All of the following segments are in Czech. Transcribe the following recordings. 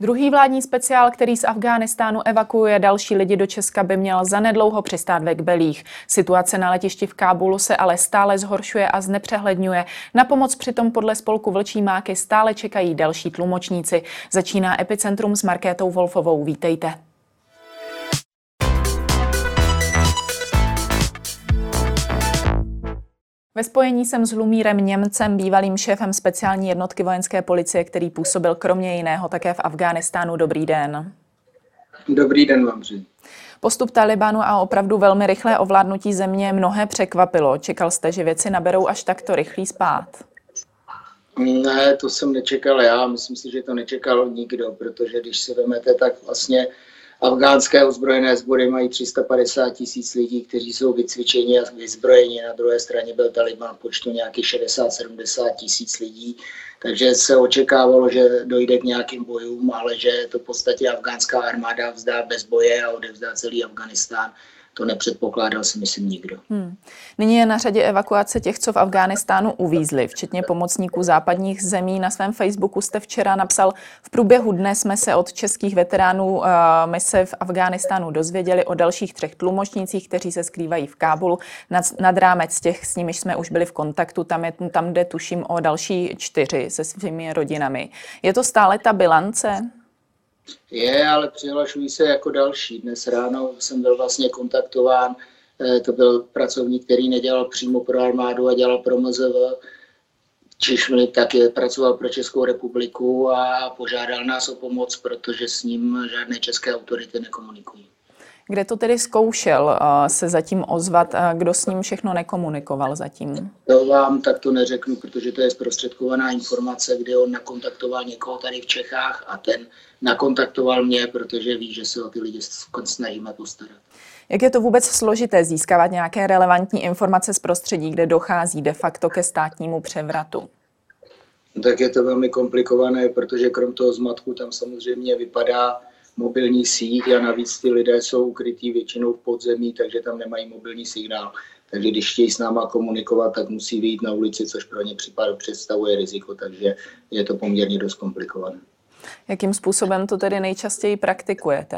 Druhý vládní speciál, který z Afghánistánu evakuuje další lidi do Česka, by měl zanedlouho přistát ve Kbelích. Situace na letišti v Kábulu se ale stále zhoršuje a znepřehledňuje. Na pomoc přitom podle spolku Vlčí máky stále čekají další tlumočníci. Začíná Epicentrum s Markétou Wolfovou. Vítejte. Ve spojení jsem s Lumírem Němcem, bývalým šéfem speciální jednotky vojenské policie, který působil kromě jiného také v Afghánistánu. Dobrý den. Dobrý den vám přeji. Postup Talibanu a opravdu velmi rychlé ovládnutí země mnohé překvapilo. Čekal jste, že věci naberou až takto rychlý spád? Ne, to jsem nečekal já. Myslím si, že to nečekal nikdo, protože když si vezmete, tak vlastně afgánské ozbrojené sbory mají 350 000 lidí, kteří jsou vycvičeni a vyzbrojeni. Na druhé straně byl Taliban v počtu nějakých 60-70 000 lidí. Takže se očekávalo, že dojde k nějakým bojům, ale že to v podstatě afgánská armáda vzdá bez boje a odevzdá celý Afghánistán. To nepředpokládal si myslím nikdo. Nyní je na řadě evakuace těch, co v Afghánistánu uvízli, včetně pomocníků západních zemí. Na svém Facebooku jste včera napsal: v průběhu dne jsme se od českých veteránů mise v Afghánistánu dozvěděli o dalších 3 tlumočnících, kteří se skrývají v Kábulu. Nad rámec těch, s nimiž jsme už byli v kontaktu, tam jde tuším o další 4 se svými rodinami. Je to stále ta bilance? Je, ale přihlašují se jako další. Dnes ráno jsem byl vlastně kontaktován, to byl pracovník, který nedělal přímo pro armádu a dělal pro MZV, čiž taky pracoval pro Českou republiku a požádal nás o pomoc, protože s ním žádné české autority nekomunikují. Kde to tedy zkoušel se zatím ozvat? Kdo s ním všechno nekomunikoval zatím? To vám takto neřeknu, protože to je zprostředkovaná informace, kde on nakontaktoval někoho tady v Čechách a ten nakontaktoval mě, protože ví, že se o ty lidi snažíme postarat. Jak je to vůbec složité získávat nějaké relevantní informace z prostředí, kde dochází de facto ke státnímu převratu? Tak je to velmi komplikované, protože krom toho zmatku tam samozřejmě vypadá mobilní síť a navíc ty lidé jsou ukrytí většinou v podzemí, takže tam nemají mobilní signál. Takže když chtějí s náma komunikovat, tak musí vyjít na ulici, což pro ně představuje riziko, takže je to poměrně dost komplikované. Jakým způsobem to tedy nejčastěji praktikujete?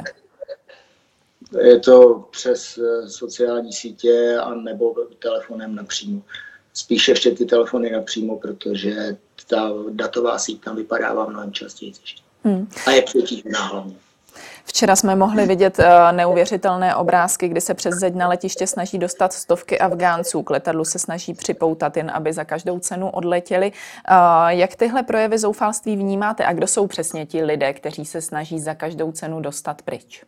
Je to přes sociální sítě a nebo telefonem napřímo. Spíš ještě ty telefony napřímo, protože ta datová síť tam vypadává mnohem častěji. A je přetížená hlavně. Včera jsme mohli vidět neuvěřitelné obrázky, kdy se přes zeď na letiště snaží dostat stovky Afgánců. K letadlu se snaží připoutat, jen aby za každou cenu odletěli. Jak tyhle projevy zoufalství vnímáte a kdo jsou přesně ti lidé, kteří se snaží za každou cenu dostat pryč?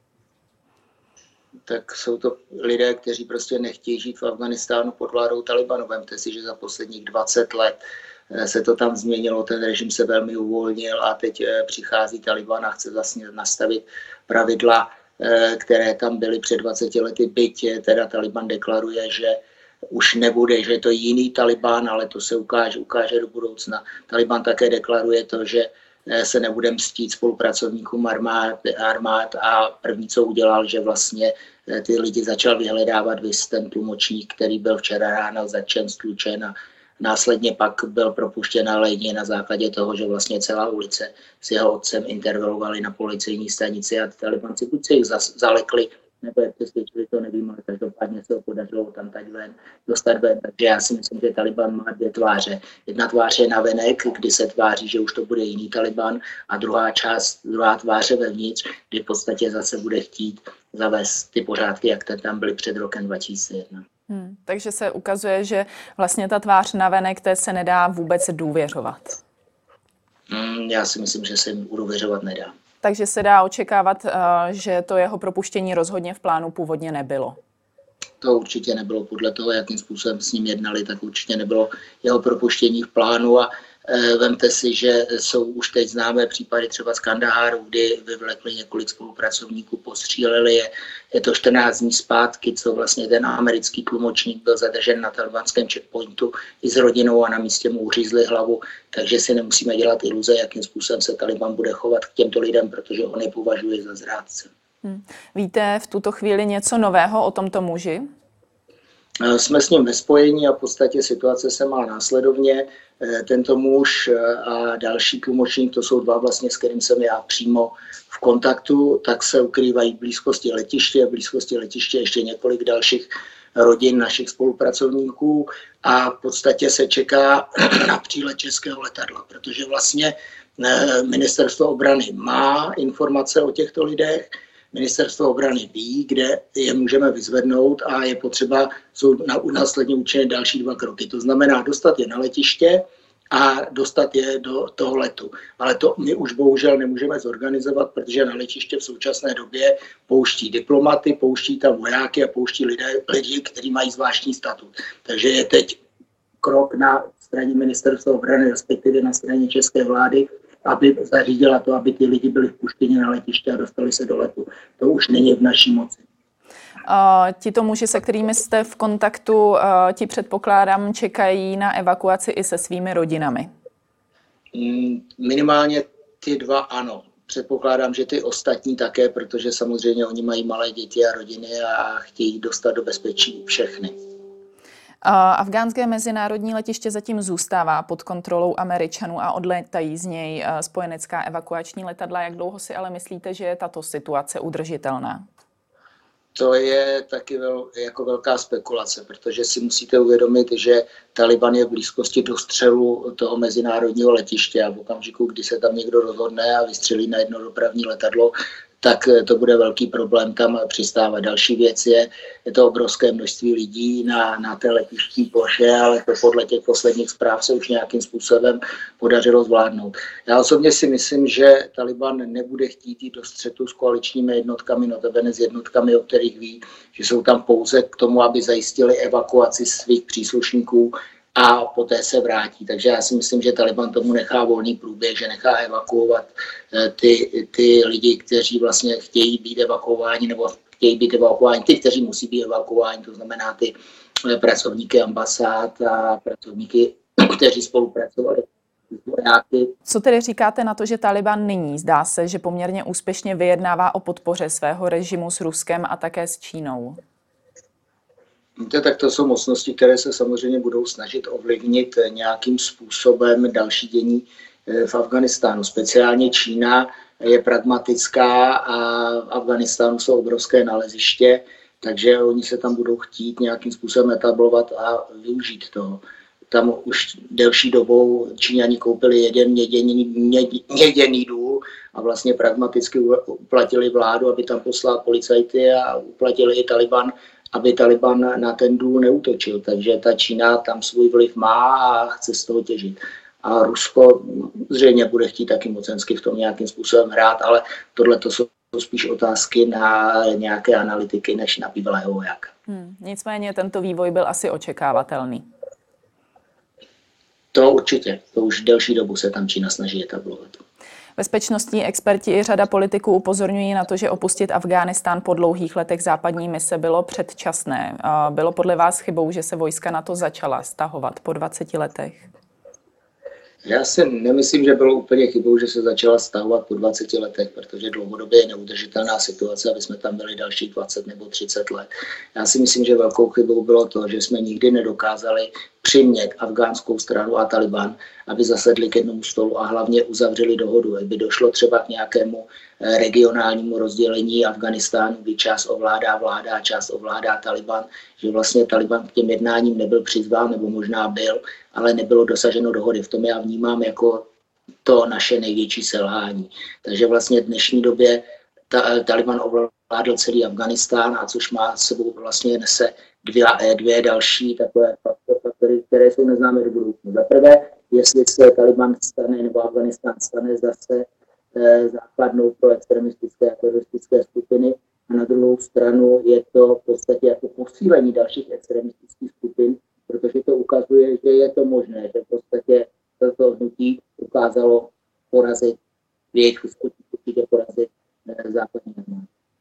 Tak jsou to lidé, kteří prostě nechtějí žít v Afghánistánu pod vládou Talibanu. Vemte si, že za posledních 20 let se to tam změnilo, ten režim se velmi uvolnil a teď přichází Taliban a chce vlastně nastavit pravidla, které tam byly před 20 lety, byť teda Taliban deklaruje, že už nebude, že je to jiný Taliban, ale to se ukáže do budoucna. Taliban také deklaruje to, že se nebude mstít spolupracovníkům armád a první, co udělal, že vlastně ty lidi začal vyhledávat, viz ten tlumočník, který byl včera ráno zatčen, stlučen a následně pak byl propuštěn, ale jedině na základě toho, že vlastně celá ulice s jeho otcem intervelovali na policejní stanici a Talibanci buď se jich zalekli, nebo jak přesvědčili, to nevím, ale každopádně se ho podařilo tam dostat ven. Takže já si myslím, že Taliban má 2 tváře. Jedna tvář je navenek, kdy se tváří, že už to bude jiný Taliban, a druhá tváře vevnitř, kdy v podstatě zase bude chtít zavést ty pořádky, jak tam byly před rokem 2001. Takže se ukazuje, že vlastně ta tvář navenek, té se nedá vůbec důvěřovat. Já si myslím, že se jim důvěřovat nedá. Takže se dá očekávat, že to jeho propuštění rozhodně v plánu původně nebylo. To určitě nebylo podle toho, jakým způsobem s ním jednali, tak určitě nebylo jeho propuštění v plánu a vemte si, že jsou už teď známé případy třeba z Kandaháru, kdy vyvlekli několik spolupracovníků, postříleli je. Je to 14 dní zpátky, co vlastně ten americký tlumočník byl zadržen na talibanském checkpointu i s rodinou a na místě mu uřízli hlavu, takže si nemusíme dělat iluze, jakým způsobem se Taliban bude chovat k těmto lidem, protože on je považuje za zrádce. Víte v tuto chvíli něco nového o tomto muži? Jsme s ním ve spojení a v podstatě situace se má následovně. Tento muž a další tlumočník, to jsou dva vlastně, s kterým jsem já přímo v kontaktu, tak se ukrývají v blízkosti letiště ještě několik dalších rodin našich spolupracovníků a v podstatě se čeká na přílet českého letadla, protože vlastně ministerstvo obrany má informace o těchto lidech, ministerstvo obrany ví, kde je můžeme vyzvednout a je potřeba, jsou následně učeny další 2 kroky. To znamená dostat je na letiště a dostat je do toho letu. Ale to my už bohužel nemůžeme zorganizovat, protože na letiště v současné době pouští diplomaty, pouští tam vojáky a pouští lidi, kteří mají zvláštní statut. Takže je teď krok na straně ministerstva obrany, respektive na straně české vlády, aby zařídila to, aby ty lidi byli vpuštěni na letiště a dostali se do letu. To už není v naší moci. Tito muži, se kterými jste v kontaktu, ti předpokládám, čekají na evakuaci i se svými rodinami. Minimálně ty 2 ano. Předpokládám, že ty ostatní také, protože samozřejmě oni mají malé děti a rodiny a chtějí dostat do bezpečí všechny. Afghánské mezinárodní letiště zatím zůstává pod kontrolou Američanů a odlétají z něj spojenecká evakuační letadla. Jak dlouho si ale myslíte, že je tato situace udržitelná? To je taky jako velká spekulace, protože si musíte uvědomit, že Taliban je v blízkosti dostřelu toho mezinárodního letiště a v okamžiku, kdy se tam někdo rozhodne a vystřelí na jedno dopravní letadlo, tak to bude velký problém tam přistávat. Další věc je to obrovské množství lidí na té letištní ploše, ale to podle těch posledních zpráv se už nějakým způsobem podařilo zvládnout. Já osobně si myslím, že Taliban nebude chtít jít do střetu s koaličními jednotkami, notabene s jednotkami, o kterých ví, že jsou tam pouze k tomu, aby zajistili evakuaci svých příslušníků a poté se vrátí. Takže já si myslím, že Taliban tomu nechá volný průběh, že nechá evakuovat ty lidi, kteří vlastně chtějí být evakuováni, nebo chtějí být evakuováni, ty, kteří musí být evakuováni, to znamená ty pracovníky ambasád a pracovníky, kteří spolupracovali. Co tedy říkáte na to, že Taliban nyní, zdá se, že poměrně úspěšně vyjednává o podpoře svého režimu s Ruskem a také s Čínou? Tak to jsou mocnosti, které se samozřejmě budou snažit ovlivnit nějakým způsobem další dění v Afghánistánu. Speciálně Čína je pragmatická a v Afghánistánu jsou obrovské naleziště, takže oni se tam budou chtít nějakým způsobem etablovat a využít toho. Tam už delší dobou Číňani koupili jeden měděný důl a vlastně pragmaticky uplatili vládu, aby tam poslal policajty a uplatili i Taliban, aby Taliban na ten důl neútočil. Takže ta Čína tam svůj vliv má a chce z toho těžit. A Rusko zřejmě bude chtít taky mocensky v tom nějakým způsobem hrát, ale tohle to jsou spíš otázky na nějaké analytiky než na bývalého vojáka. Nicméně tento vývoj byl asi očekávatelný. To určitě. To už delší dobu se tam Čína snaží etablovat. Bezpečnostní experti i řada politiků upozorňují na to, že opustit Afghánistán po dlouhých letech západní mise bylo předčasné. Bylo podle vás chybou, že se vojska NATO začala stahovat po 20 letech? Já si nemyslím, že bylo úplně chybou, že se začala stahovat po 20 letech, protože dlouhodobě je neudržitelná situace, aby jsme tam byli dalších 20 nebo 30 let. Já si myslím, že velkou chybou bylo to, že jsme nikdy nedokázali přimět afgánskou stranu a Taliban, aby zasedli k jednomu stolu a hlavně uzavřeli dohodu, aby došlo třeba k nějakému regionálnímu rozdělení Afghánistánu, kdy část ovládá vláda a část ovládá Taliban, že vlastně Taliban k těm jednáním nebyl přizván, nebo možná byl, ale nebylo dosaženo dohody. V tom já vnímám jako to naše největší selhání. Takže vlastně v dnešní době Taliban ovládl celý Afghánistán, a což má s sebou vlastně nese dvě další takové faktory, které jsou neznámé do budoucna. Za prvé, jestli se Taliban stane nebo Afghánistán stane zase základnou pro extremistické a teroristické skupiny, a na druhou stranu je to v podstatě jako posílení dalších extremistických skupin, protože to ukazuje, že je to možné, že v podstatě toto hnutí ukázalo porazit, v jejich určitě porazit západní armádu.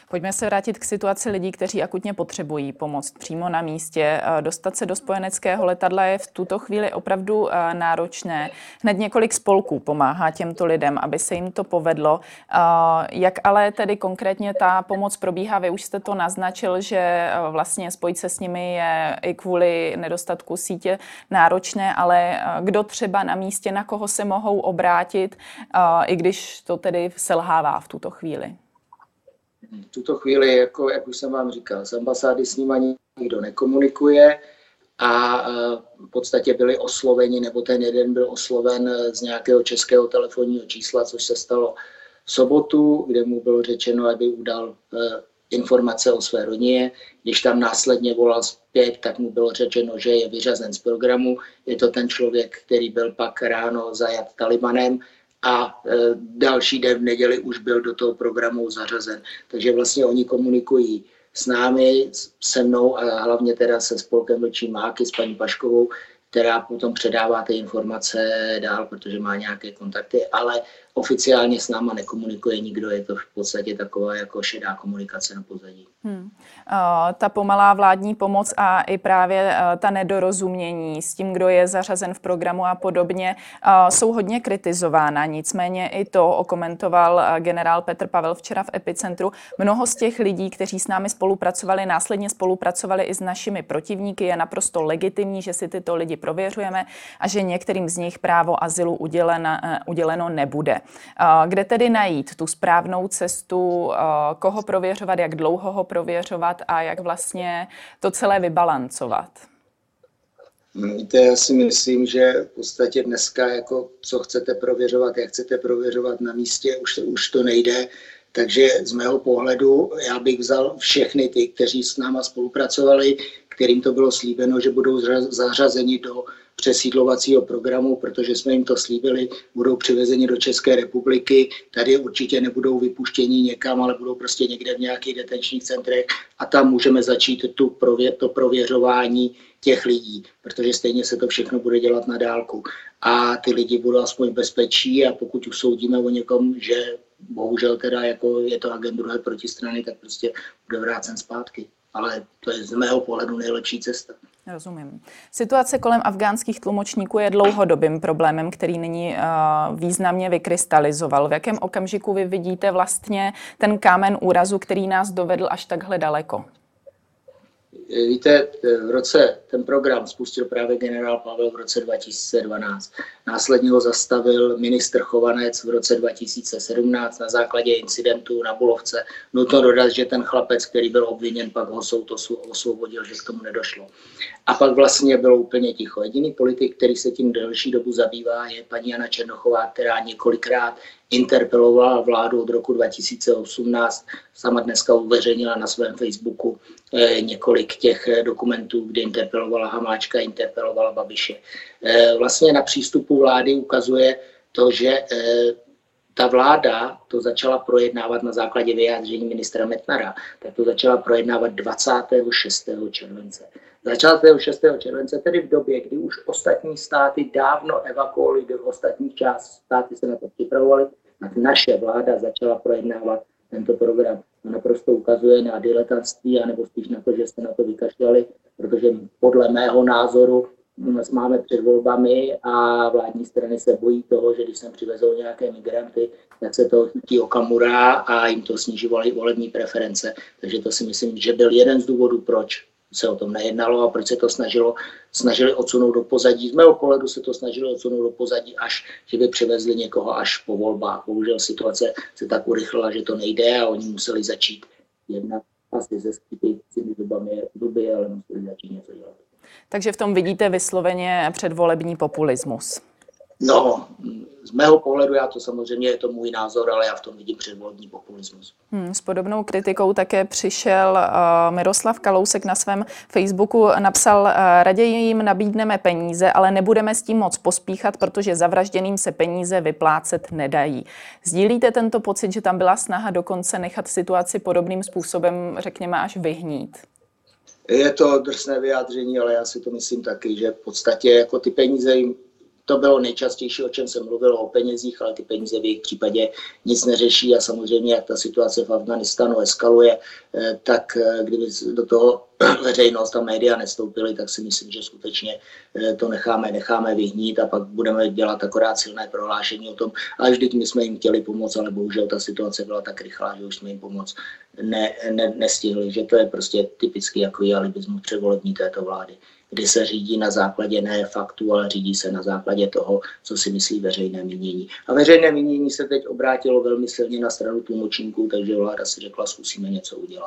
Pojďme se vrátit k situaci lidí, kteří akutně potřebují pomoc přímo na místě. Dostat se do spojeneckého letadla je v tuto chvíli opravdu náročné. Hned několik spolků pomáhá těmto lidem, aby se jim to povedlo. Jak ale tedy konkrétně ta pomoc probíhá? Vy už jste to naznačil, že vlastně spojit se s nimi je i kvůli nedostatku sítě náročné, ale kdo třeba na místě, na koho se mohou obrátit, i když to tedy selhává v tuto chvíli? V tuto chvíli, jak už jsem vám říkal, z ambasády s nimi nikdo nekomunikuje a v podstatě byli osloveni, nebo ten jeden byl osloven z nějakého českého telefonního čísla, což se stalo v sobotu, kde mu bylo řečeno, aby udal informace o své rodině. Když tam následně volal zpět, tak mu bylo řečeno, že je vyřazen z programu. Je to ten člověk, který byl pak ráno zajat Talibanem a další den v neděli už byl do toho programu zařazen. Takže vlastně oni komunikují s námi, se mnou a hlavně teda se spolkem Vlčí máky, s paní Paškovou, která potom předává ty informace dál, protože má nějaké kontakty, ale oficiálně s náma nekomunikuje nikdo, je to v podstatě taková jako šedá komunikace na pozadí. Ta pomalá vládní pomoc a i právě ta nedorozumění s tím, kdo je zařazen v programu a podobně, jsou hodně kritizována. Nicméně i to okomentoval generál Petr Pavel včera v Epicentru. Mnoho z těch lidí, kteří s námi spolupracovali, následně spolupracovali i s našimi protivníky, je naprosto legitimní, že si tyto lidi prověřujeme a že některým z nich právo azylu uděleno nebude. Kde tedy najít tu správnou cestu, koho prověřovat, jak dlouho ho prověřovat a jak vlastně to celé vybalancovat? Víte, já si myslím, že v podstatě dneska, jako co chcete prověřovat, jak chcete prověřovat na místě, už to nejde. Takže z mého pohledu já bych vzal všechny ty, kteří s náma spolupracovali, kterým to bylo slíbeno, že budou zařazeni do přesídlovacího programu, protože jsme jim to slíbili, budou přivezeni do České republiky, tady určitě nebudou vypuštěni někam, ale budou prostě někde v nějakých detenčních centrech a tam můžeme začít to prověřování těch lidí, protože stejně se to všechno bude dělat na dálku. A ty lidi budou aspoň v bezpečí a pokud usoudíme o někom, že bohužel teda jako je to agent druhé protistrany, tak prostě bude vrácen zpátky. Ale to je z mého pohledu nejlepší cesta. Rozumím. Situace kolem afgánských tlumočníků je dlouhodobým problémem, který nyní významně vykrystalizoval. V jakém okamžiku vy vidíte vlastně ten kámen úrazu, který nás dovedl až takhle daleko? Víte, ten program spustil právě generál Pavel v roce 2012. Následně ho zastavil ministr Chovanec v roce 2017 na základě incidentu na Bulovce. Nutno dodat, že ten chlapec, který byl obviněn, pak ho soud osvobodil, že k tomu nedošlo. A pak vlastně bylo úplně ticho. Jediný politik, který se tím delší dobu zabývá, je paní Jana Černochová, která několikrát interpelovala vládu od roku 2018. Sama dneska uveřejnila na svém Facebooku několik těch dokumentů, kde interpelovala Hamáčka, interpelovala Babiše. Vlastně na přístupu vlády ukazuje to, že ta vláda to začala projednávat na základě vyjádření ministra Metnara, tak to začala projednávat 26. července. 26. července, tedy v době, kdy už ostatní státy dávno evakuovaly do ostatních státy se na to připravovaly, tak naše vláda začala projednávat tento program. To naprosto ukazuje na diletantství, anebo spíš na to, že jste na to vykašlali, protože podle mého názoru máme před volbami a vládní strany se bojí toho, že když sem přivezou nějaké migranty, tak se to chytí Okamura a jim to sníží volební preference. Takže to si myslím, že byl jeden z důvodů, proč se o tom nejednalo a proč se to snažili odsunout do pozadí. Z mého pohledu se to snažili odsunout do pozadí, až že by přivezli někoho až po volbách. Bohužel situace se tak urychlila, že to nejde a oni museli začít jednat asi se skýtajícími doby, ale museli začít něco dělat. Takže v tom vidíte vysloveně předvolební populismus. No, z mého pohledu, je to můj názor, ale já v tom vidím předvolební populismus. S podobnou kritikou také přišel Miroslav Kalousek na svém Facebooku, napsal: raději jim nabídneme peníze, ale nebudeme s tím moc pospíchat, protože zavražděným se peníze vyplácet nedají. Sdílíte tento pocit, že tam byla snaha dokonce nechat situaci podobným způsobem, řekněme, až vyhnít? Je to drsné vyjádření, ale já si to myslím taky, že v podstatě jako ty peníze jim to bylo nejčastější, o čem jsem mluvil, o penězích, ale ty peníze v jejich případě nic neřeší a samozřejmě, jak ta situace v Afghánistánu eskaluje, tak kdyby do toho veřejnost a média nestoupily, tak si myslím, že skutečně to necháme vyhnít a pak budeme dělat akorát silné prohlášení o tom, a vždyť my jsme jim chtěli pomoct, ale bohužel ta situace byla tak rychlá, že už jsme jim pomoct nestihli, že to je prostě typický jako alibismus předvolební této vlády, kdy se řídí na základě ne faktů, ale řídí se na základě toho, co si myslí veřejné mínění. A veřejné mínění se teď obrátilo velmi silně na stranu tlumočníků, takže vláda si řekla, zkusíme něco udělat.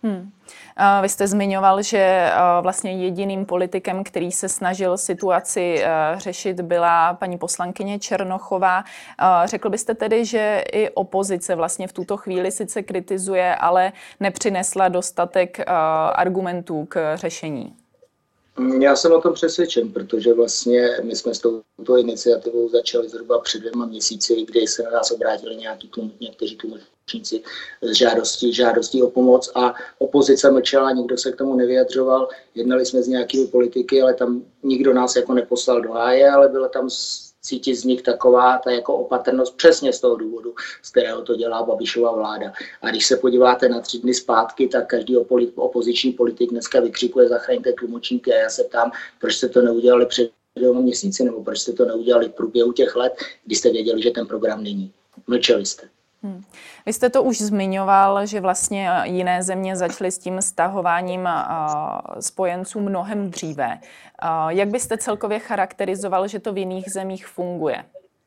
Vy jste zmiňoval, že vlastně jediným politikem, který se snažil situaci řešit, byla paní poslankyně Černochová. Řekl byste tedy, že i opozice vlastně v tuto chvíli sice kritizuje, ale nepřinesla dostatek argumentů k řešení? Já jsem o tom přesvědčen, protože vlastně my jsme s touto iniciativou začali zhruba před 2 měsíci, kdy se na nás obrátili někteří tlumočníci s žádostí o pomoc a opozice mlčela, nikdo se k tomu nevyjadřoval. Jednali jsme s nějakými politiky, ale tam nikdo nás jako neposlal do háje, ale bylo tam cítit z nich taková ta jako opatrnost přesně z toho důvodu, z kterého to dělá Babišova vláda. A když se podíváte na 3 dny zpátky, tak každý opoziční politik dneska vykřikuje zachraňte tlumočníky a já se ptám, proč jste to neudělali před 2 měsíci nebo proč jste to neudělali v průběhu těch let, kdy jste věděli, že ten program není. Mlčeli jste. Vy jste to už zmiňoval, že vlastně jiné země začaly s tím stahováním spojenců mnohem dříve. Jak byste celkově charakterizoval, že to v jiných zemích funguje?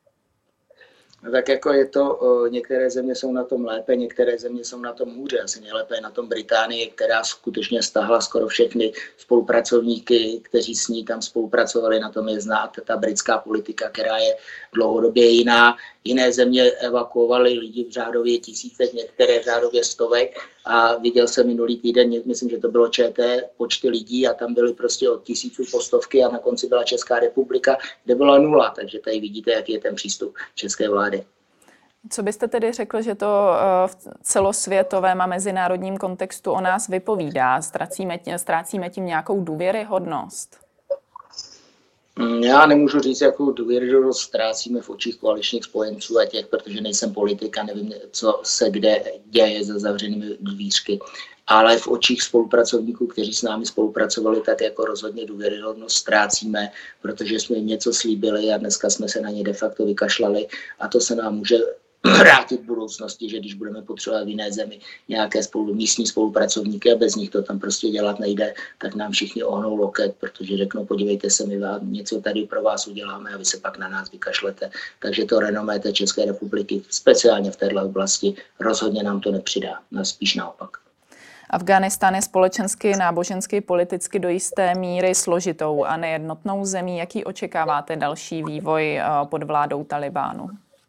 Tak jako je to, některé země jsou na tom lépe, některé země jsou na tom hůře. Asi nejlépe je na tom Británie, která skutečně stáhla skoro všechny spolupracovníky, kteří s ní tam spolupracovali. Na tom je znát ta britská politika, která je dlouhodobě jiná. Jiné země evakuovaly lidi v řádově tisícech, některé v řádově stovek. A viděl jsem minulý týden, myslím, že to bylo ČT, počty lidí a tam byly prostě od 1000 po stovky a na konci byla Česká republika, kde byla 0. Takže tady vidíte, jaký je ten přístup české vlády. Co byste tedy řekl, že to v celosvětovém a mezinárodním kontextu o nás vypovídá? Ztrácíme tím nějakou důvěryhodnost? Já nemůžu říct, jakou důvěryhodnost ztrácíme v očích koaličních spojenců a těch, protože nejsem politik a nevím, co se kde děje za zavřenými dvířky. Ale v očích spolupracovníků, kteří s námi spolupracovali, tak jako rozhodně důvěryhodnost ztrácíme, protože jsme jim něco slíbili a dneska jsme se na ně de facto vykašlali a to se nám může vrátit v budoucnosti, že když budeme potřebovat v jiné zemi nějaké místní spolupracovníky a bez nich to tam prostě dělat nejde, tak nám všichni ohnou loket, protože řeknou, podívejte se, my vám něco tady pro vás uděláme a vy se pak na nás vykašlete. Takže to renomé té České republiky, speciálně v této oblasti, rozhodně nám to nepřidá, spíš naopak. Afghánistán je společensky, nábožensky, politicky do jisté míry složitou a nejednotnou zemí. Jaký očekáváte další vývoj pod vládou Talibánu?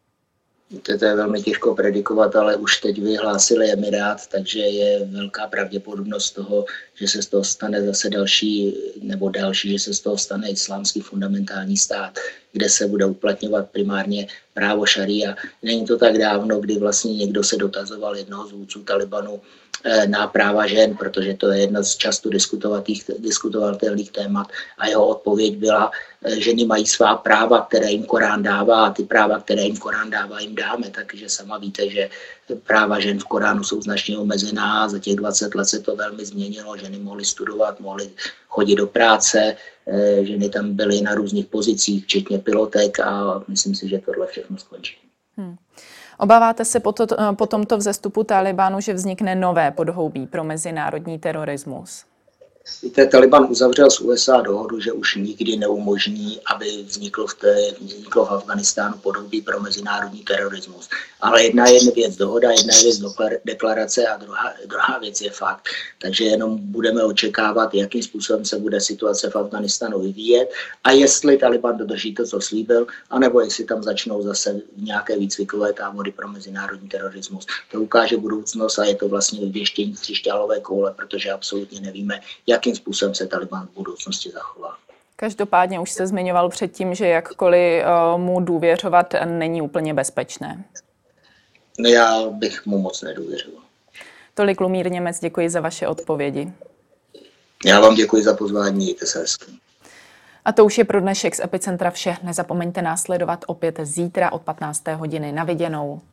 To je velmi těžko predikovat, ale už teď vyhlásili emirát, takže je velká pravděpodobnost toho, že se z toho stane zase další, že se z toho stane islámský fundamentální stát, kde se bude uplatňovat primárně právo šaría. Není to tak dávno, kdy vlastně někdo se dotazoval jednoho z vůdců Talibanu na práva žen, protože to je jedna z často diskutovatelných témat a jeho odpověď byla, ženy mají svá práva, které jim Korán dává a ty práva, které jim Korán dává, jim dáme. Takže sama víte, že práva žen v Koránu jsou značně omezená, za těch 20 let se to velmi změnilo, ženy mohly studovat, mohly chodit do práce, ženy tam byly na různých pozicích, včetně pilotek a myslím si, že tohle všechno skončí. Obáváte se po tomto vzestupu Talibánu, že vznikne nové podhoubí pro mezinárodní terorismus? Víte, Taliban uzavřel s USA dohodu, že už nikdy neumožní, aby vzniklo v Afghánistánu podhoubí pro mezinárodní terorismus. Ale jedna je věc dohoda, jedna je věc deklarace a druhá věc je fakt. Takže jenom budeme očekávat, jakým způsobem se bude situace v Afghánistánu vyvíjet a jestli Taliban dodrží to, co slíbil, anebo jestli tam začnou zase nějaké výcvikové tábory pro mezinárodní terorismus. To ukáže budoucnost a je to vlastně vyvěštění z křišťálové koule, protože absolutně nevíme, jakým způsobem se Taliban v budoucnosti zachová. Každopádně už se zmiňoval předtím, že jakkoliv mu důvěřovat není úplně bezpečné. No já bych mu moc nedůvěřoval. Tolik Lumír Němec, děkuji za vaše odpovědi. Já vám děkuji za pozvání, mějte se hezky. A to už je pro dnešek z Epicentra vše. Nezapomeňte následovat opět zítra od 15. hodiny. Na viděnou.